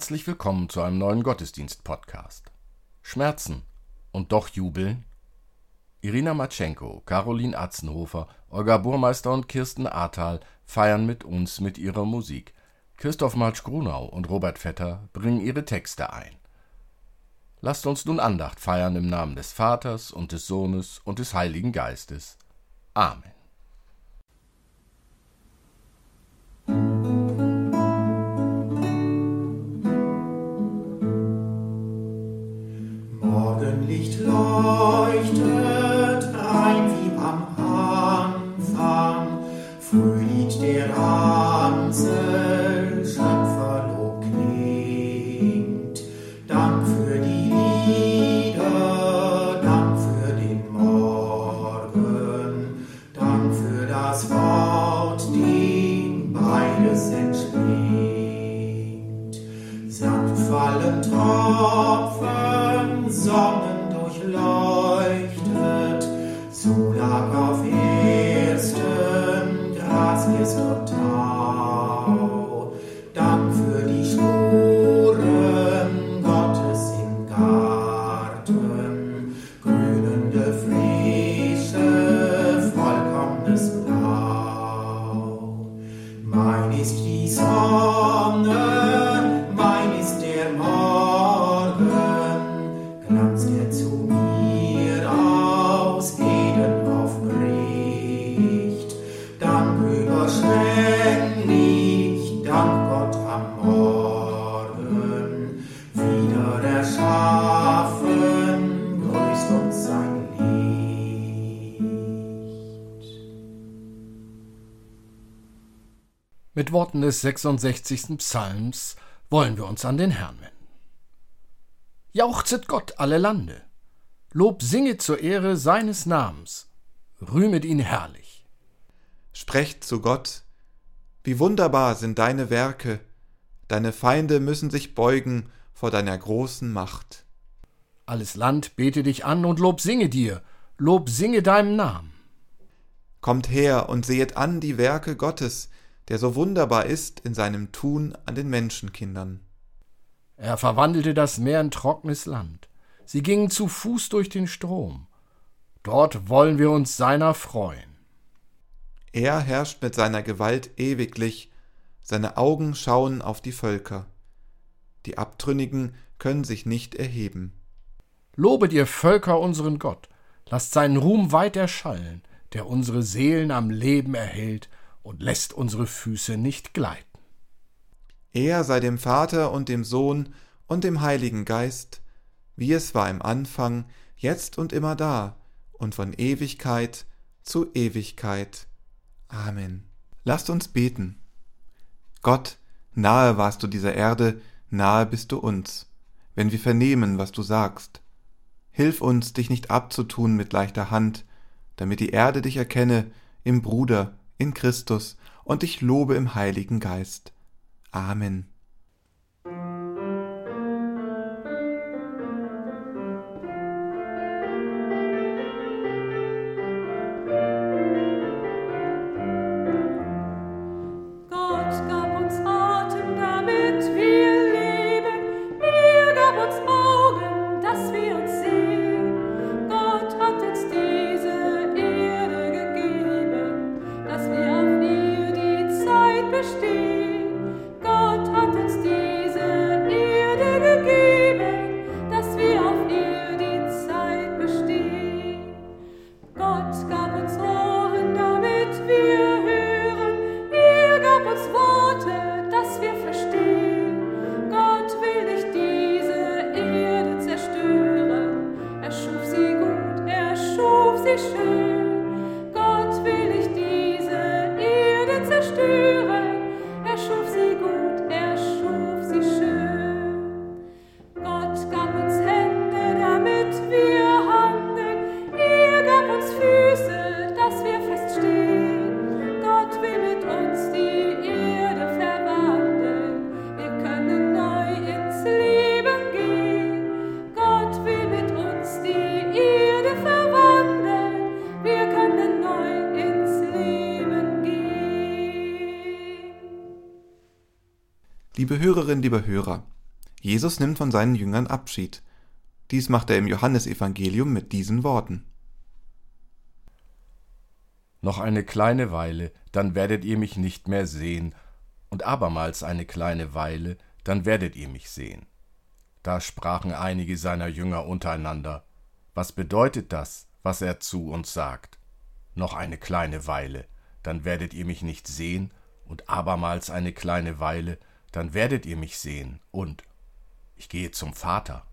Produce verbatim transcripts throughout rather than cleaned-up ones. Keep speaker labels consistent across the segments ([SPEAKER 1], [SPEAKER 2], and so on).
[SPEAKER 1] Herzlich willkommen zu einem neuen Gottesdienst-Podcast. Schmerzen und doch jubeln? Irina Matschenko, Caroline Atzenhofer, Olga Burmeister und Kirsten Ahrtal feiern mit uns mit ihrer Musik. Christoph Marsch-Grunau und Robert Vetter bringen ihre Texte ein. Lasst uns nun Andacht feiern im Namen des Vaters und des Sohnes und des Heiligen Geistes. Amen.
[SPEAKER 2] Morgenlicht leuchtet rein wie am Anfang, Frühlied der ganze Schöpferlob klingt. Dank für die Lieder, Dank für den Morgen, Dank für das Wort, dem beides entspringt. Sanft fallen Tropfen, Sonnen durchleuchtet, so lag auf erstem Gras erst und Tau. Dank für die Spuren Gottes im Garten, grünende Frische, vollkommenes Blau. Mein ist die Sonne, mein ist der Morgen, Glanz, der zu mir aus Eden aufbricht. Dank überschwänglich, Dank Gott am Morgen, wieder erschaffen, grüßt uns sein Licht.
[SPEAKER 1] Mit Worten des sechsundsechzigsten Psalms wollen wir uns an den Herrn wenden. Jauchzet Gott alle Lande, Lob singet zur Ehre seines Namens, rühmet ihn herrlich.
[SPEAKER 3] Sprecht zu Gott, wie wunderbar sind deine Werke, deine Feinde müssen sich beugen vor deiner großen Macht.
[SPEAKER 1] Alles Land bete dich an und Lob singe dir, Lob singe deinem Namen.
[SPEAKER 3] Kommt her und sehet an die Werke Gottes, der so wunderbar ist in seinem Tun an den Menschenkindern.
[SPEAKER 1] Er verwandelte das Meer in trockenes Land. Sie gingen zu Fuß durch den Strom. Dort wollen wir uns seiner freuen.
[SPEAKER 3] Er herrscht mit seiner Gewalt ewiglich, seine Augen schauen auf die Völker. Die Abtrünnigen können sich nicht erheben.
[SPEAKER 1] Lobet ihr Völker unseren Gott, lasst seinen Ruhm weit erschallen, der unsere Seelen am Leben erhält und lässt unsere Füße nicht gleiten.
[SPEAKER 3] Er sei dem Vater und dem Sohn und dem Heiligen Geist, wie es war im Anfang, jetzt und immer da und von Ewigkeit zu Ewigkeit. Amen. Lasst uns beten. Gott, nahe warst du dieser Erde, nahe bist du uns, wenn wir vernehmen, was du sagst. Hilf uns, dich nicht abzutun mit leichter Hand, damit die Erde dich erkenne im Bruder, in Christus und dich lobe im Heiligen Geist. Amen.
[SPEAKER 4] Gott gab uns Atem, damit wir leben. Er gab uns Augen, dass wir uns sehen. Gott hat uns diese Erde gegeben, dass wir auf ihr die Zeit bestehen.
[SPEAKER 3] Liebe Hörerinnen, liebe Hörer, Jesus nimmt von seinen Jüngern Abschied. Dies macht er im Johannesevangelium mit diesen Worten.
[SPEAKER 1] Noch eine kleine Weile, dann werdet ihr mich nicht mehr sehen, und abermals eine kleine Weile, dann werdet ihr mich sehen. Da sprachen einige seiner Jünger untereinander: Was bedeutet das, was er zu uns sagt? Noch eine kleine Weile, dann werdet ihr mich nicht sehen, und abermals eine kleine Weile, dann werdet ihr mich sehen, und ich gehe zum Vater.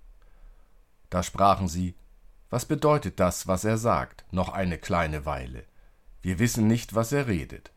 [SPEAKER 1] Da sprachen sie: Was bedeutet das, was er sagt? Noch eine kleine Weile. Wir wissen nicht, was er redet.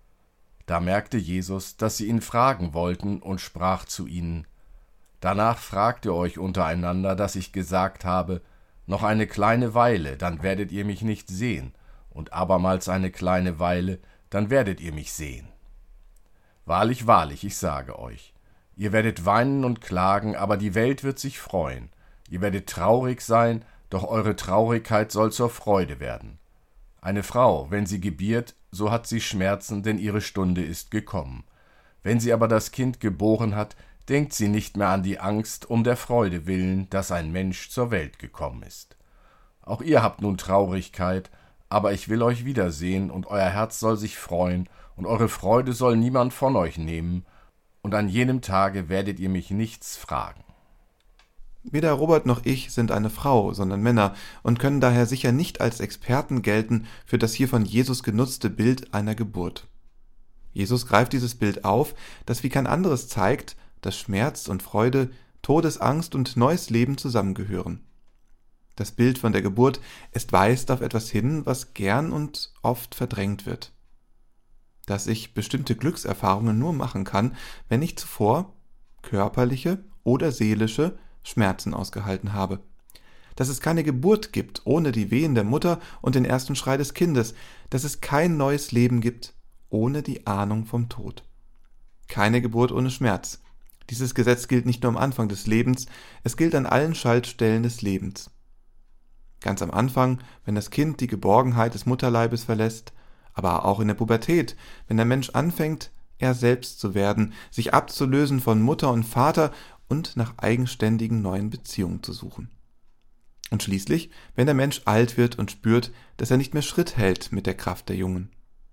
[SPEAKER 1] Da merkte Jesus, dass sie ihn fragen wollten, und sprach zu ihnen: Danach fragt ihr euch untereinander, dass ich gesagt habe: Noch eine kleine Weile, dann werdet ihr mich nicht sehen, und abermals eine kleine Weile, dann werdet ihr mich sehen. Wahrlich, wahrlich, ich sage euch, ihr werdet weinen und klagen, aber die Welt wird sich freuen. Ihr werdet traurig sein, doch eure Traurigkeit soll zur Freude werden. Eine Frau, wenn sie gebiert, so hat sie Schmerzen, denn ihre Stunde ist gekommen. Wenn sie aber das Kind geboren hat, denkt sie nicht mehr an die Angst, um der Freude willen, dass ein Mensch zur Welt gekommen ist. Auch ihr habt nun Traurigkeit, aber ich will euch wiedersehen, und euer Herz soll sich freuen, und eure Freude soll niemand von euch nehmen, und an jenem Tage werdet ihr mich nichts fragen.
[SPEAKER 3] Weder Robert noch ich sind eine Frau, sondern Männer und können daher sicher nicht als Experten gelten für das hier von Jesus genutzte Bild einer Geburt. Jesus greift dieses Bild auf, das wie kein anderes zeigt, dass Schmerz und Freude, Todesangst und neues Leben zusammengehören. Das Bild von der Geburt, es weist auf etwas hin, was gern und oft verdrängt wird. Dass ich bestimmte Glückserfahrungen nur machen kann, wenn ich zuvor körperliche oder seelische Schmerzen ausgehalten habe. Dass es keine Geburt gibt ohne die Wehen der Mutter und den ersten Schrei des Kindes. Dass es kein neues Leben gibt ohne die Ahnung vom Tod. Keine Geburt ohne Schmerz. Dieses Gesetz gilt nicht nur am Anfang des Lebens, es gilt an allen Schaltstellen des Lebens. Ganz am Anfang, wenn das Kind die Geborgenheit des Mutterleibes verlässt, aber auch in der Pubertät, wenn der Mensch anfängt, er selbst zu werden, sich abzulösen von Mutter und Vater und nach eigenständigen neuen Beziehungen zu suchen. Und schließlich, wenn der Mensch alt wird und spürt, dass er nicht mehr Schritt hält mit der Kraft der Jungen.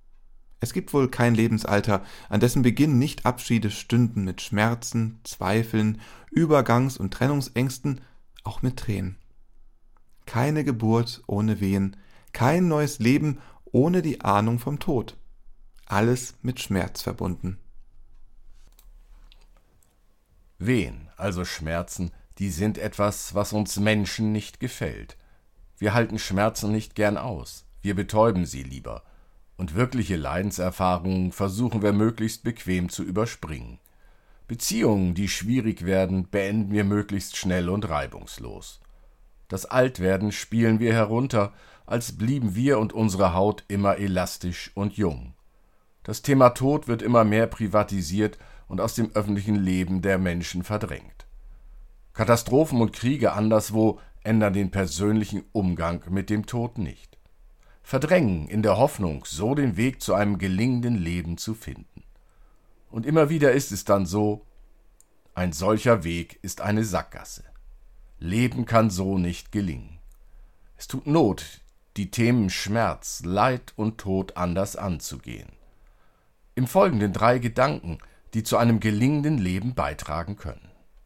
[SPEAKER 3] Es gibt wohl kein Lebensalter, an dessen Beginn nicht Abschiede stünden mit Schmerzen, Zweifeln, Übergangs- und Trennungsängsten, auch mit Tränen. Keine Geburt ohne Wehen, kein neues Leben ohne die Ahnung vom Tod. Alles mit Schmerz verbunden.
[SPEAKER 1] Wehen, also Schmerzen, die sind etwas, was uns Menschen nicht gefällt. Wir halten Schmerzen nicht gern aus, wir betäuben sie lieber. Und wirkliche Leidenserfahrungen versuchen wir möglichst bequem zu überspringen. Beziehungen, die schwierig werden, beenden wir möglichst schnell und reibungslos. Das Altwerden spielen wir herunter, als blieben wir und unsere Haut immer elastisch und jung. Das Thema Tod wird immer mehr privatisiert und aus dem öffentlichen Leben der Menschen verdrängt. Katastrophen und Kriege anderswo ändern den persönlichen Umgang mit dem Tod nicht. Verdrängen in der Hoffnung, so den Weg zu einem gelingenden Leben zu finden. Und immer wieder ist es dann so, ein solcher Weg ist eine Sackgasse. Leben kann so nicht gelingen. Es tut Not, die Themen Schmerz, Leid und Tod anders anzugehen. Im Folgenden drei Gedanken, die zu einem gelingenden Leben beitragen können.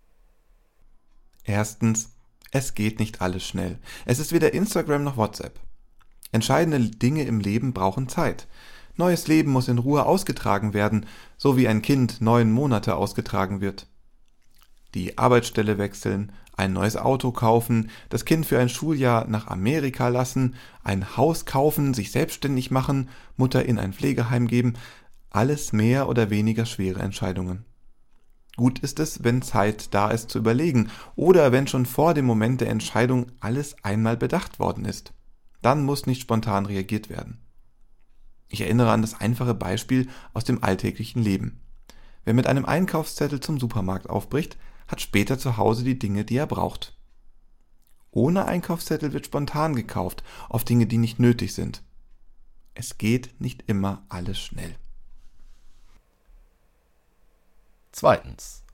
[SPEAKER 3] Erstens, es geht nicht alles schnell. Es ist weder Instagram noch WhatsApp. Entscheidende Dinge im Leben brauchen Zeit. Neues Leben muss in Ruhe ausgetragen werden, so wie ein Kind neun Monate ausgetragen wird. Die Arbeitsstelle wechseln, ein neues Auto kaufen, das Kind für ein Schuljahr nach Amerika lassen, ein Haus kaufen, sich selbstständig machen, Mutter in ein Pflegeheim geben, alles mehr oder weniger schwere Entscheidungen. Gut ist es, wenn Zeit da ist zu überlegen oder wenn schon vor dem Moment der Entscheidung alles einmal bedacht worden ist. Dann muss nicht spontan reagiert werden. Ich erinnere an das einfache Beispiel aus dem alltäglichen Leben. Wer mit einem Einkaufszettel zum Supermarkt aufbricht, hat später zu Hause die Dinge, die er braucht. Ohne Einkaufszettel wird spontan gekauft, auf Dinge, die nicht nötig sind. Es geht nicht immer alles schnell.
[SPEAKER 1] Zweitens.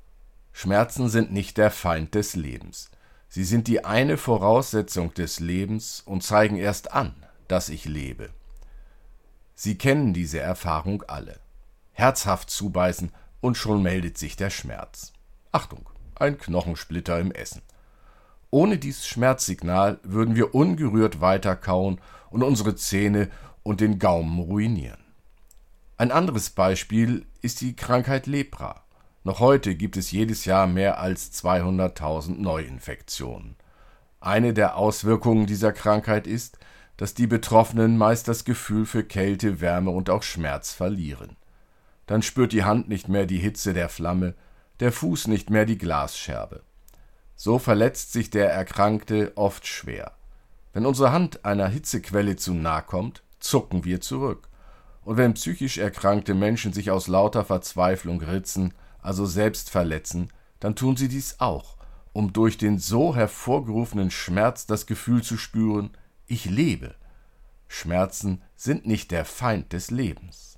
[SPEAKER 1] Schmerzen sind nicht der Feind des Lebens. Sie sind die eine Voraussetzung des Lebens und zeigen erst an, dass ich lebe. Sie kennen diese Erfahrung alle. Herzhaft zubeißen und schon meldet sich der Schmerz. Achtung, ein Knochensplitter im Essen. Ohne dieses Schmerzsignal würden wir ungerührt weiterkauen und unsere Zähne und den Gaumen ruinieren. Ein anderes Beispiel ist die Krankheit Lepra. Noch heute gibt es jedes Jahr mehr als zweihunderttausend Neuinfektionen. Eine der Auswirkungen dieser Krankheit ist, dass die Betroffenen meist das Gefühl für Kälte, Wärme und auch Schmerz verlieren. Dann spürt die Hand nicht mehr die Hitze der Flamme, der Fuß nicht mehr die Glasscherbe. So verletzt sich der Erkrankte oft schwer. Wenn unsere Hand einer Hitzequelle zu nahe kommt, zucken wir zurück. Und wenn psychisch erkrankte Menschen sich aus lauter Verzweiflung ritzen, also selbst verletzen, dann tun sie dies auch, um durch den so hervorgerufenen Schmerz das Gefühl zu spüren, ich lebe. Schmerzen sind nicht der Feind des Lebens.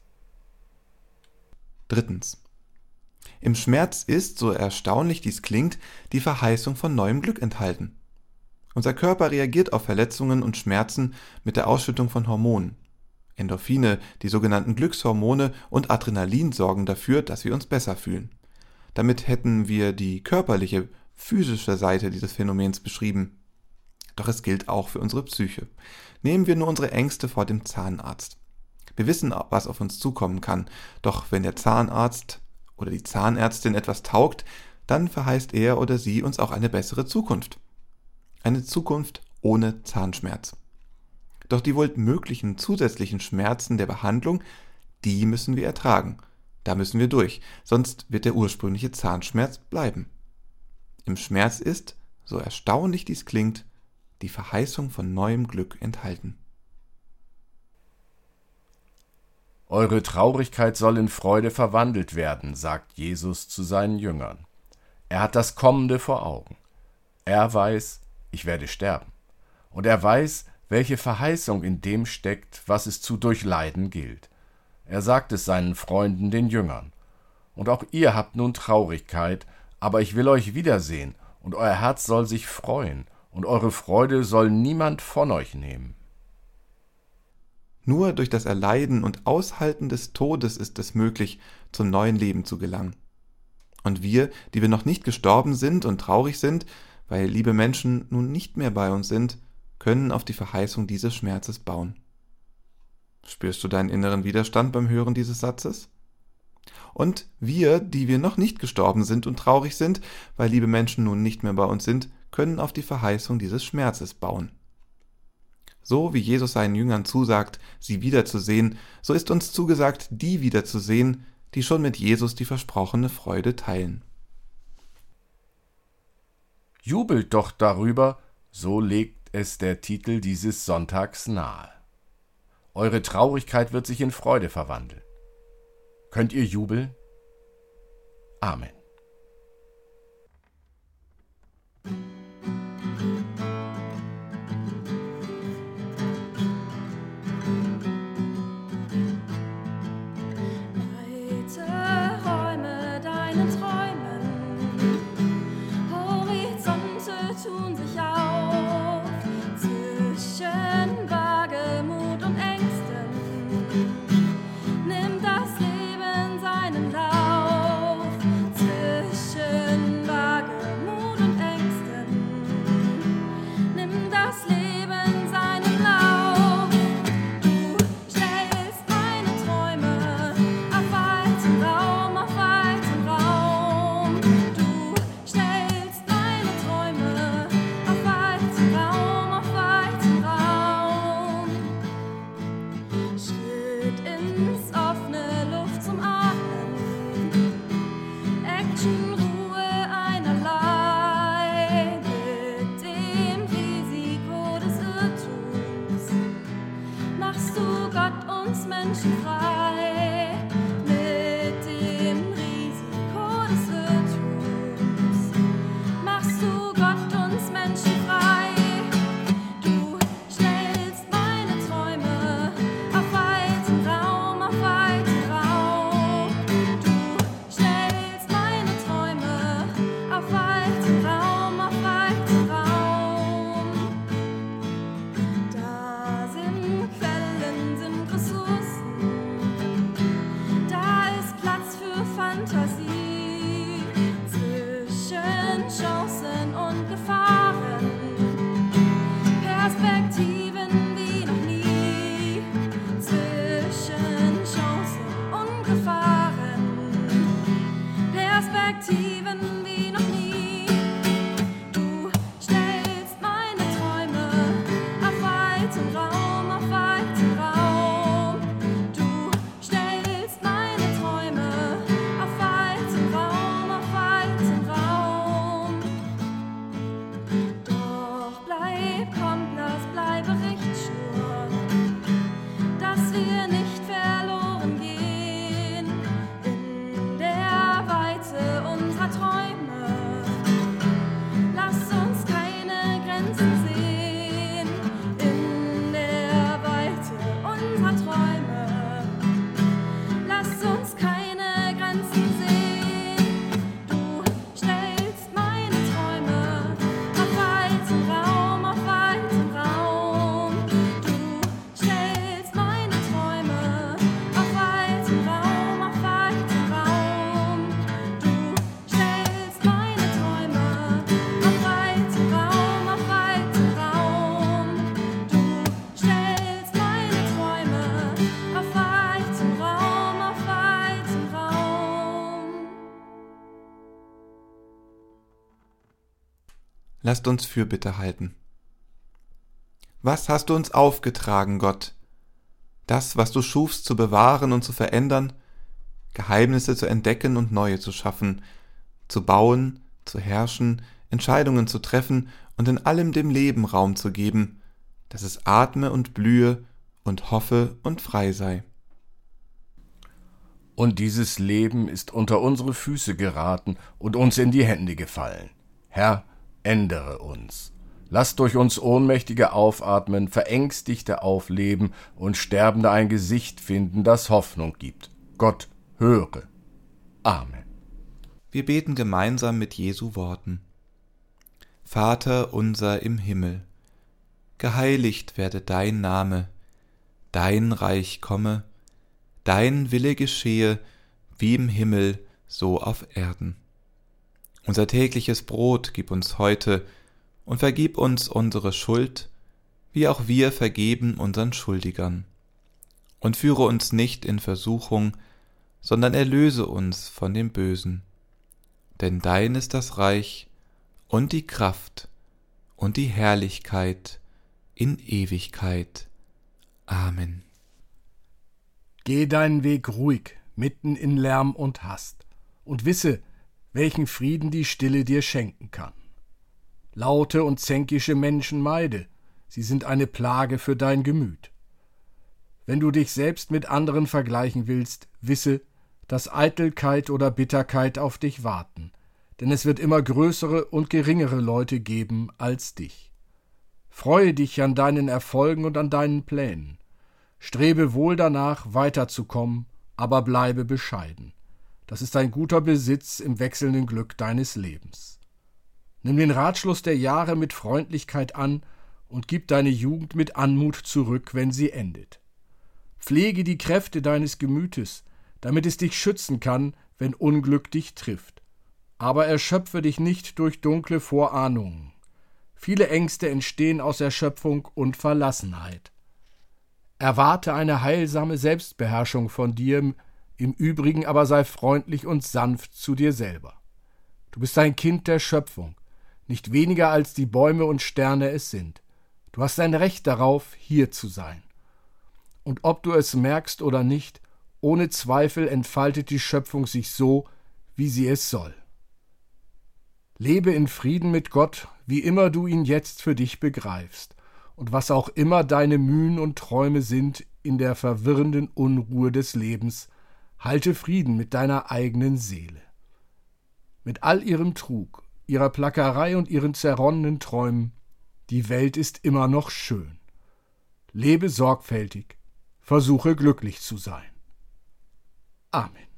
[SPEAKER 3] Drittens. Im Schmerz ist, so erstaunlich dies klingt, die Verheißung von neuem Glück enthalten. Unser Körper reagiert auf Verletzungen und Schmerzen mit der Ausschüttung von Hormonen. Endorphine, die sogenannten Glückshormone und Adrenalin sorgen dafür, dass wir uns besser fühlen. Damit hätten wir die körperliche, physische Seite dieses Phänomens beschrieben. Doch es gilt auch für unsere Psyche. Nehmen wir nur unsere Ängste vor dem Zahnarzt. Wir wissen, was auf uns zukommen kann, doch wenn der Zahnarzt oder die Zahnärztin etwas taugt, dann verheißt er oder sie uns auch eine bessere Zukunft. Eine Zukunft ohne Zahnschmerz. Doch die wohl möglichen zusätzlichen Schmerzen der Behandlung, die müssen wir ertragen. Da müssen wir durch, sonst wird der ursprüngliche Zahnschmerz bleiben. Im Schmerz ist, so erstaunlich dies klingt, die Verheißung von neuem Glück enthalten.
[SPEAKER 1] Eure Traurigkeit soll in Freude verwandelt werden, sagt Jesus zu seinen Jüngern. Er hat das Kommende vor Augen. Er weiß, ich werde sterben. Und er weiß, welche Verheißung in dem steckt, was es zu durchleiden gilt. Er sagt es seinen Freunden, den Jüngern. Und auch ihr habt nun Traurigkeit, aber ich will euch wiedersehen, und euer Herz soll sich freuen, und eure Freude soll niemand von euch nehmen.
[SPEAKER 3] Nur durch das Erleiden und Aushalten des Todes ist es möglich, zum neuen Leben zu gelangen. Und wir, die wir noch nicht gestorben sind und traurig sind, weil liebe Menschen nun nicht mehr bei uns sind, können auf die Verheißung dieses Schmerzes bauen. Spürst du deinen inneren Widerstand beim Hören dieses Satzes? Und wir, die wir noch nicht gestorben sind und traurig sind, weil liebe Menschen nun nicht mehr bei uns sind, können auf die Verheißung dieses Schmerzes bauen. So wie Jesus seinen Jüngern zusagt, sie wiederzusehen, so ist uns zugesagt, die wiederzusehen, die schon mit Jesus die versprochene Freude teilen.
[SPEAKER 1] Jubelt doch darüber, so legt es der Titel dieses Sonntags nahe. Eure Traurigkeit wird sich in Freude verwandeln. Könnt ihr jubeln? Amen.
[SPEAKER 3] Lasst uns Fürbitte halten. Was hast du uns aufgetragen, Gott? Das, was du schufst, zu bewahren und zu verändern, Geheimnisse zu entdecken und neue zu schaffen, zu bauen, zu herrschen, Entscheidungen zu treffen und in allem dem Leben Raum zu geben, dass es atme und blühe und hoffe und frei sei.
[SPEAKER 1] Und dieses Leben ist unter unsere Füße geraten und uns in die Hände gefallen. Herr, ändere uns. Lass durch uns Ohnmächtige aufatmen, Verängstigte aufleben und Sterbende ein Gesicht finden, das Hoffnung gibt. Gott, höre. Amen.
[SPEAKER 3] Wir beten gemeinsam mit Jesu Worten. Vater unser im Himmel, geheiligt werde dein Name, dein Reich komme, dein Wille geschehe, wie im Himmel, so auf Erden. Unser tägliches Brot gib uns heute und vergib uns unsere Schuld, wie auch wir vergeben unseren Schuldigern. Und führe uns nicht in Versuchung, sondern erlöse uns von dem Bösen. Denn dein ist das Reich und die Kraft und die Herrlichkeit in Ewigkeit. Amen.
[SPEAKER 5] Geh deinen Weg ruhig, mitten in Lärm und Hast, und wisse, welchen Frieden die Stille dir schenken kann. Laute und zänkische Menschen meide, sie sind eine Plage für dein Gemüt. Wenn du dich selbst mit anderen vergleichen willst, wisse, dass Eitelkeit oder Bitterkeit auf dich warten, denn es wird immer größere und geringere Leute geben als dich. Freue dich an deinen Erfolgen und an deinen Plänen. Strebe wohl danach, weiterzukommen, aber bleibe bescheiden. Das ist ein guter Besitz im wechselnden Glück deines Lebens. Nimm den Ratschluss der Jahre mit Freundlichkeit an und gib deine Jugend mit Anmut zurück, wenn sie endet. Pflege die Kräfte deines Gemütes, damit es dich schützen kann, wenn Unglück dich trifft. Aber erschöpfe dich nicht durch dunkle Vorahnungen. Viele Ängste entstehen aus Erschöpfung und Verlassenheit. Erwarte eine heilsame Selbstbeherrschung von dir, im Übrigen aber sei freundlich und sanft zu dir selber. Du bist ein Kind der Schöpfung, nicht weniger als die Bäume und Sterne es sind. Du hast ein Recht darauf, hier zu sein. Und ob du es merkst oder nicht, ohne Zweifel entfaltet die Schöpfung sich so, wie sie es soll. Lebe in Frieden mit Gott, wie immer du ihn jetzt für dich begreifst, und was auch immer deine Mühen und Träume sind in der verwirrenden Unruhe des Lebens, halte Frieden mit deiner eigenen Seele. Mit all ihrem Trug, ihrer Plackerei und ihren zerronnenen Träumen, die Welt ist immer noch schön. Lebe sorgfältig, versuche glücklich zu sein. Amen.